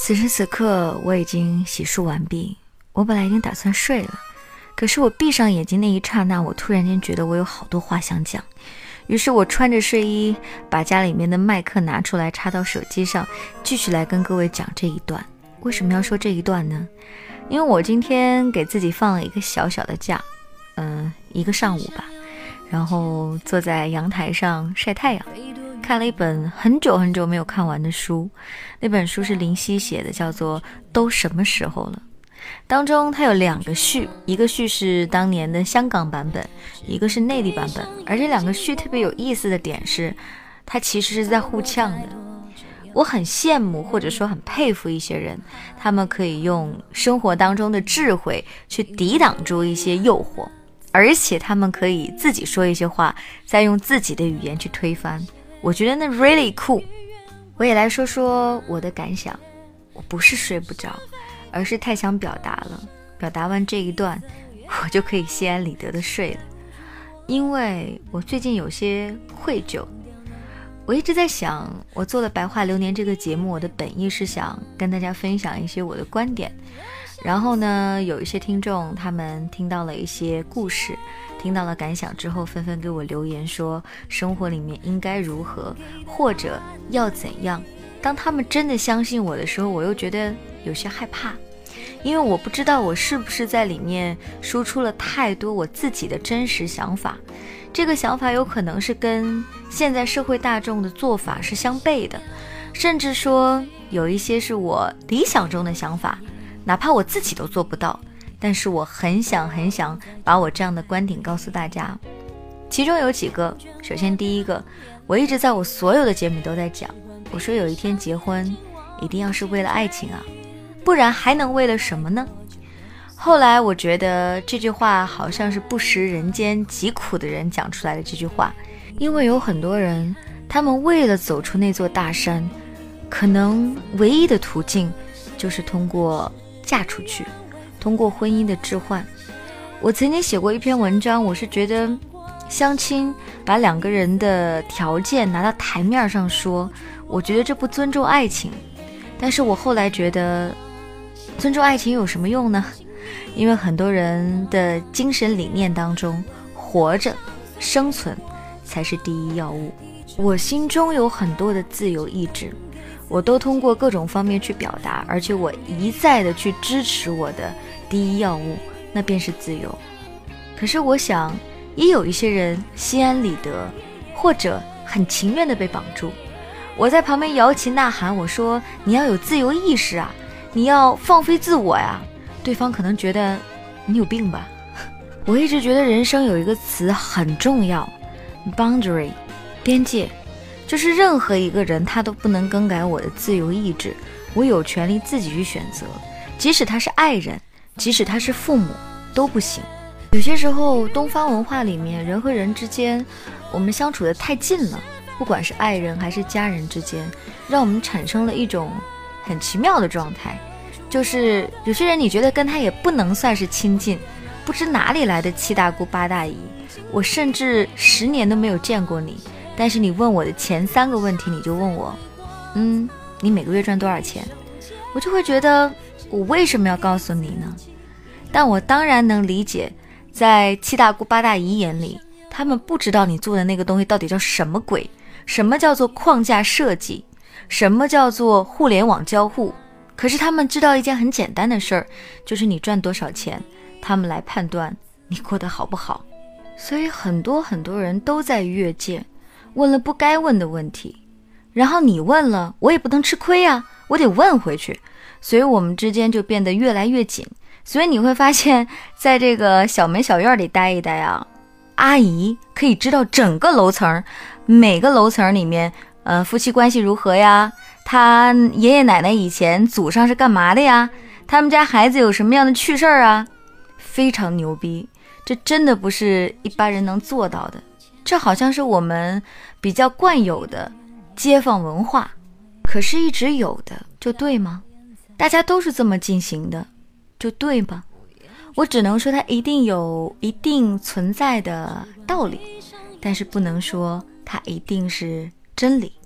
此时此刻我已经洗漱完毕，我本来已经打算睡了，可是我闭上眼睛那一刹那，我突然间觉得我有好多话想讲，于是我穿着睡衣把家里面的麦克拿出来插到手机上，继续来跟各位讲这一段。为什么要说这一段呢？因为我今天给自己放了一个小小的假，一个上午吧，然后坐在阳台上晒太阳，看了一本很久很久没有看完的书。那本书是林夕写的，叫做《都什么时候了》。当中它有2个序，一个序是当年的香港版本，一个是内地版本。而这2个序特别有意思的点是，它其实是在互呛的。我很羡慕或者说很佩服一些人，他们可以用生活当中的智慧去抵挡住一些诱惑，而且他们可以自己说一些话，再用自己的语言去推翻。我觉得那 really cool。 我也来说说我的感想。我不是睡不着，而是太想表达了，表达完这一段我就可以心安理得的睡了。因为我最近有些愧疚，我一直在想，我做了白话流年这个节目，我的本意是想跟大家分享一些我的观点，然后呢，有一些听众他们听到了一些故事，听到了感想之后，纷纷给我留言说生活里面应该如何，或者要怎样。当他们真的相信我的时候，我又觉得有些害怕，因为我不知道我是不是在里面输出了太多我自己的真实想法，这个想法有可能是跟现在社会大众的做法是相悖的，甚至说有一些是我理想中的想法，哪怕我自己都做不到，但是我很想把我这样的观点告诉大家。其中有几个，首先第一个，我一直在我所有的节目都在讲，我说有一天结婚一定要是为了爱情啊，不然还能为了什么呢？后来我觉得这句话好像是不食人间疾苦的人讲出来的这句话，因为有很多人，他们为了走出那座大山，可能唯一的途径就是通过嫁出去，通过婚姻的置换。我曾经写过一篇文章，我是觉得相亲把2个人的条件拿到台面上说，我觉得这不尊重爱情。但是我后来觉得尊重爱情有什么用呢？因为很多人的精神理念当中，活着生存才是第一要务。我心中有很多的自由意志，我都通过各种方面去表达，而且我一再的去支持我的第一要务，那便是自由。可是我想也有一些人心安理得，或者很情愿的被绑住。我在旁边摇旗呐喊，我说你要有自由意识啊，你要放飞自我呀。对方可能觉得你有病吧。我一直觉得人生有一个词很重要， boundary， 边界，就是任何一个人他都不能更改我的自由意志，我有权利自己去选择，即使他是爱人，即使他是父母，都不行。有些时候东方文化里面，人和人之间我们相处的太近了，不管是爱人还是家人之间，让我们产生了一种很奇妙的状态，就是有些人你觉得跟他也不能算是亲近，不知哪里来的7大姑8大姨，我甚至10年都没有见过你，但是你问我的前3个问题，你就问我你每个月赚多少钱，我就会觉得我为什么要告诉你呢？但我当然能理解，在7大姑8大姨眼里，他们不知道你做的那个东西到底叫什么鬼，什么叫做框架设计，什么叫做互联网交互。可是他们知道一件很简单的事儿，就是你赚多少钱，他们来判断你过得好不好。所以很多人都在越界，问了不该问的问题，然后你问了，我也不能吃亏啊，我得问回去，所以我们之间就变得越来越紧。所以你会发现，在这个小门小院里待一待啊，阿姨可以知道整个楼层，每个楼层里面夫妻关系如何呀，他爷爷奶奶以前祖上是干嘛的呀，他们家孩子有什么样的趣事儿啊，非常牛逼。这真的不是一般人能做到的，这好像是我们比较惯有的街坊文化。可是一直有的就对吗？大家都是这么进行的就对吗？我只能说它一定有一定存在的道理，但是不能说它一定是真理。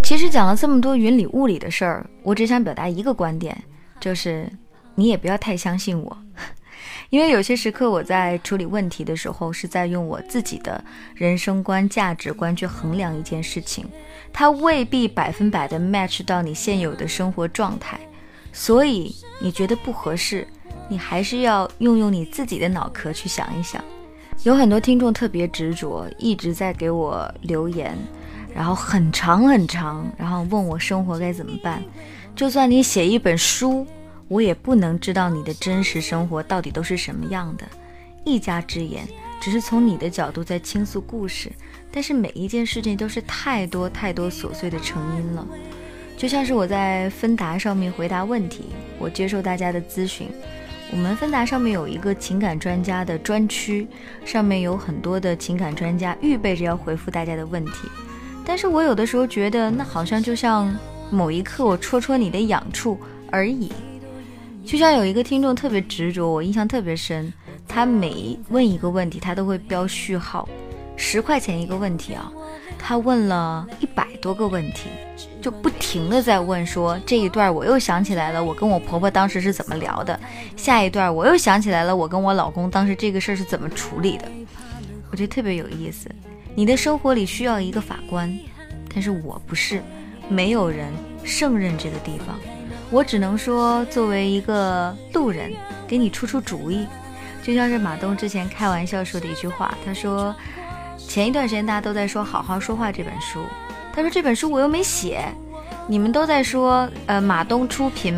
其实讲了这么多云里雾里的事儿，我只想表达一个观点，就是你也不要太相信我。因为有些时刻我在处理问题的时候，是在用我自己的人生观、价值观去衡量一件事情，它未必100%的 match 到你现有的生活状态，所以你觉得不合适，你还是要用你自己的脑壳去想一想。有很多听众特别执着，一直在给我留言，然后很长很长，然后问我生活该怎么办。就算你写一本书，我也不能知道你的真实生活到底都是什么样的。一家之言，只是从你的角度在倾诉故事，但是每一件事情都是太多太多琐碎的成因了。就像是我在芬达上面回答问题，我接受大家的咨询，我们芬达上面有一个情感专家的专区，上面有很多的情感专家预备着要回复大家的问题，但是我有的时候觉得那好像就像某一刻我戳戳你的痒处而已。就像有一个听众特别执着，我印象特别深，他每问一个问题他都会标序号，10块钱一个问题啊，他问了100多个问题，就不停的在问，说这一段我又想起来了我跟我婆婆当时是怎么聊的，下一段我又想起来了我跟我老公当时这个事儿是怎么处理的。我觉得特别有意思，你的生活里需要一个法官，但是我不是，没有人胜任这个地方，我只能说作为一个路人给你出出主意。就像是马东之前开玩笑说的一句话，他说前一段时间大家都在说好好说话这本书，他说这本书我又没写，你们都在说马东出品，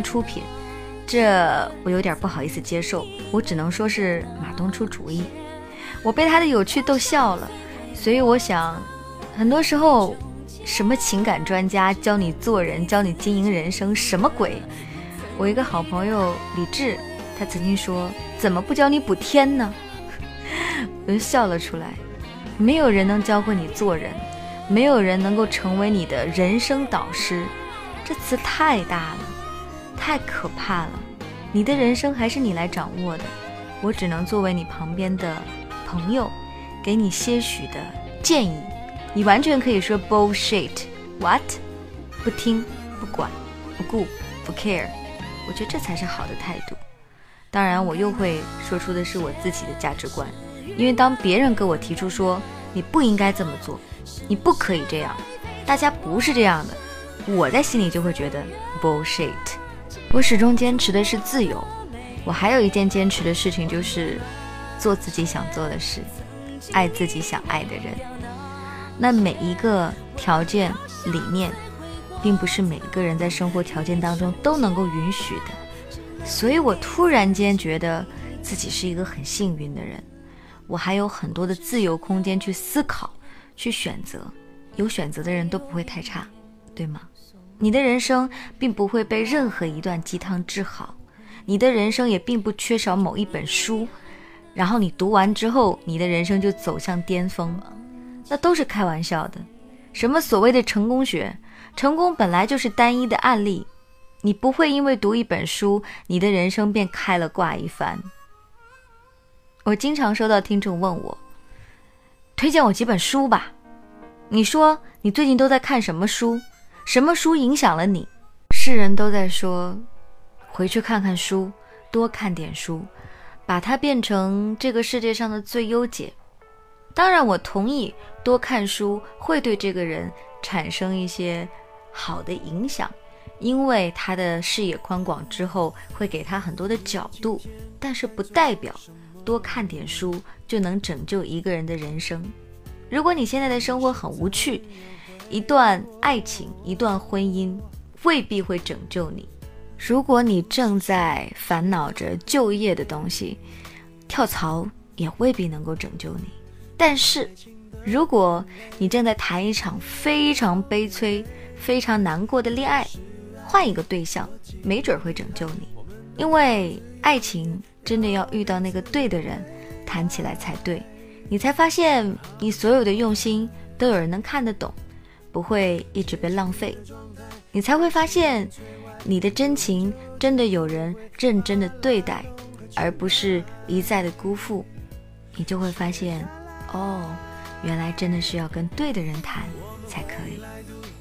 这我有点不好意思接受，我只能说是马东出主意。我被他的有趣逗笑了，所以我想很多时候什么情感专家教你做人，教你经营人生，什么鬼。我一个好朋友李志，他曾经说怎么不教你补天呢？我就笑了出来。没有人能教会你做人，没有人能够成为你的人生导师，这词太大了，太可怕了。你的人生还是你来掌握的，我只能作为你旁边的朋友，给你些许的建议。你完全可以说 bullshit what， 不听不管不顾不 care， 我觉得这才是好的态度。当然我又会说出的是我自己的价值观，因为当别人跟我提出说你不应该这么做，你不可以这样，大家不是这样的，我在心里就会觉得 bullshit。 我始终坚持的是自由，我还有一件坚持的事情，就是做自己想做的事，爱自己想爱的人。那每一个条件理念并不是每一个人在生活条件当中都能够允许的，所以我突然间觉得自己是一个很幸运的人，我还有很多的自由空间去思考，去选择。有选择的人都不会太差，对吗？你的人生并不会被任何一段鸡汤治好，你的人生也并不缺少某一本书，然后你读完之后你的人生就走向巅峰，那都是开玩笑的。什么所谓的成功学，成功本来就是单一的案例，你不会因为读一本书你的人生便开了挂一番。我经常收到听众问我，推荐我几本书吧，你说你最近都在看什么书，什么书影响了你？世人都在说回去看看书，多看点书，把它变成这个世界上的最优解。当然我同意多看书会对这个人产生一些好的影响，因为他的视野宽广之后会给他很多的角度，但是不代表多看点书就能拯救一个人的人生。如果你现在的生活很无趣，一段爱情一段婚姻未必会拯救你。如果你正在烦恼着就业的东西，跳槽也未必能够拯救你。但是如果你正在谈一场非常悲催非常难过的恋爱，换一个对象没准会拯救你。因为爱情真的要遇到那个对的人，谈起来才对，你才发现你所有的用心都有人能看得懂，不会一直被浪费。你才会发现你的真情真的有人认真的对待，而不是一再的辜负。你就会发现原来真的是要跟对的人谈才可以。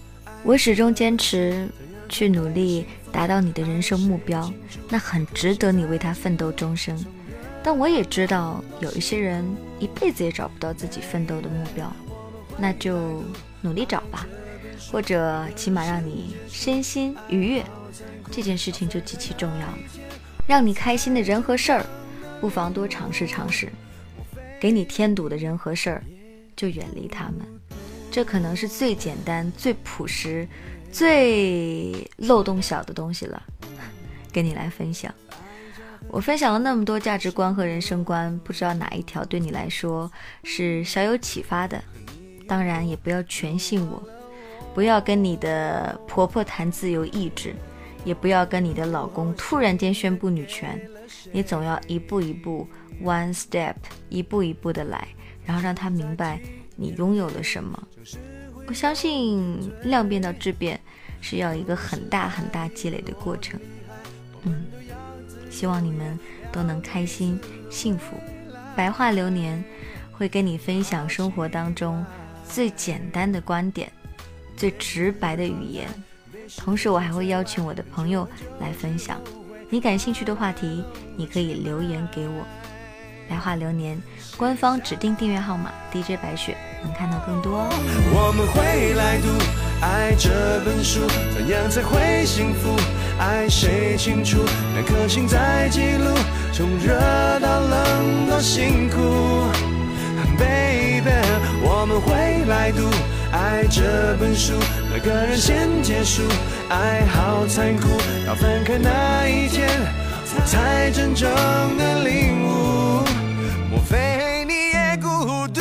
我始终坚持去努力达到你的人生目标，那很值得你为他奋斗终生。但我也知道有一些人一辈子也找不到自己奋斗的目标，那就努力找吧，或者起码让你身心愉悦，这件事情就极其重要了。让你开心的人和事儿，不妨多尝试尝试；给你添堵的人和事儿，就远离他们。这可能是最简单、最朴实、最漏洞小的东西了，跟你来分享。我分享了那么多价值观和人生观，不知道哪一条对你来说是小有启发的。当然也不要全信我，不要跟你的婆婆谈自由意志，也不要跟你的老公突然间宣布女权。你总要一步一步 one step， 一步一步的来，然后让他明白你拥有了什么。我相信量变到质变是要一个很大很大积累的过程。希望你们都能开心幸福。白话流年会跟你分享生活当中最简单的观点，最直白的语言，同时我还会邀请我的朋友来分享。你感兴趣的话题你可以留言给我。白话流年官方指定订阅号码 DJ 白雪，能看到更多哦。 我们会来读爱这本书，怎样才会幸福？爱谁清楚？那颗心在记录，从热到冷多辛苦。Baby， 我们会来读爱这本书，那个人先结束，爱好残酷，到分开那一天，我才真正的领悟。莫非你也孤独？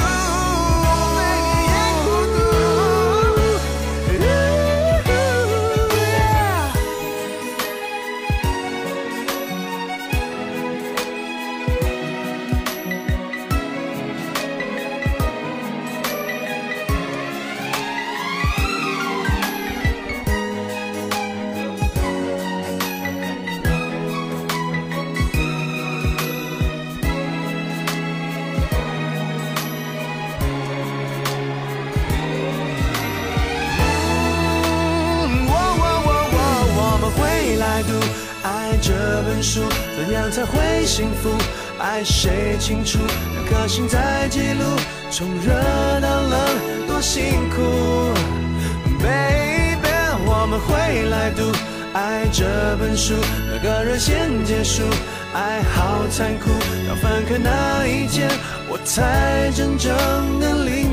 爱这本书，怎样才会幸福？爱谁清楚？那颗心在记录，从热到冷多辛苦。Baby， 我们会来读爱这本书，那个人先结束，爱好残酷，到分开那一天，我才真正的领悟。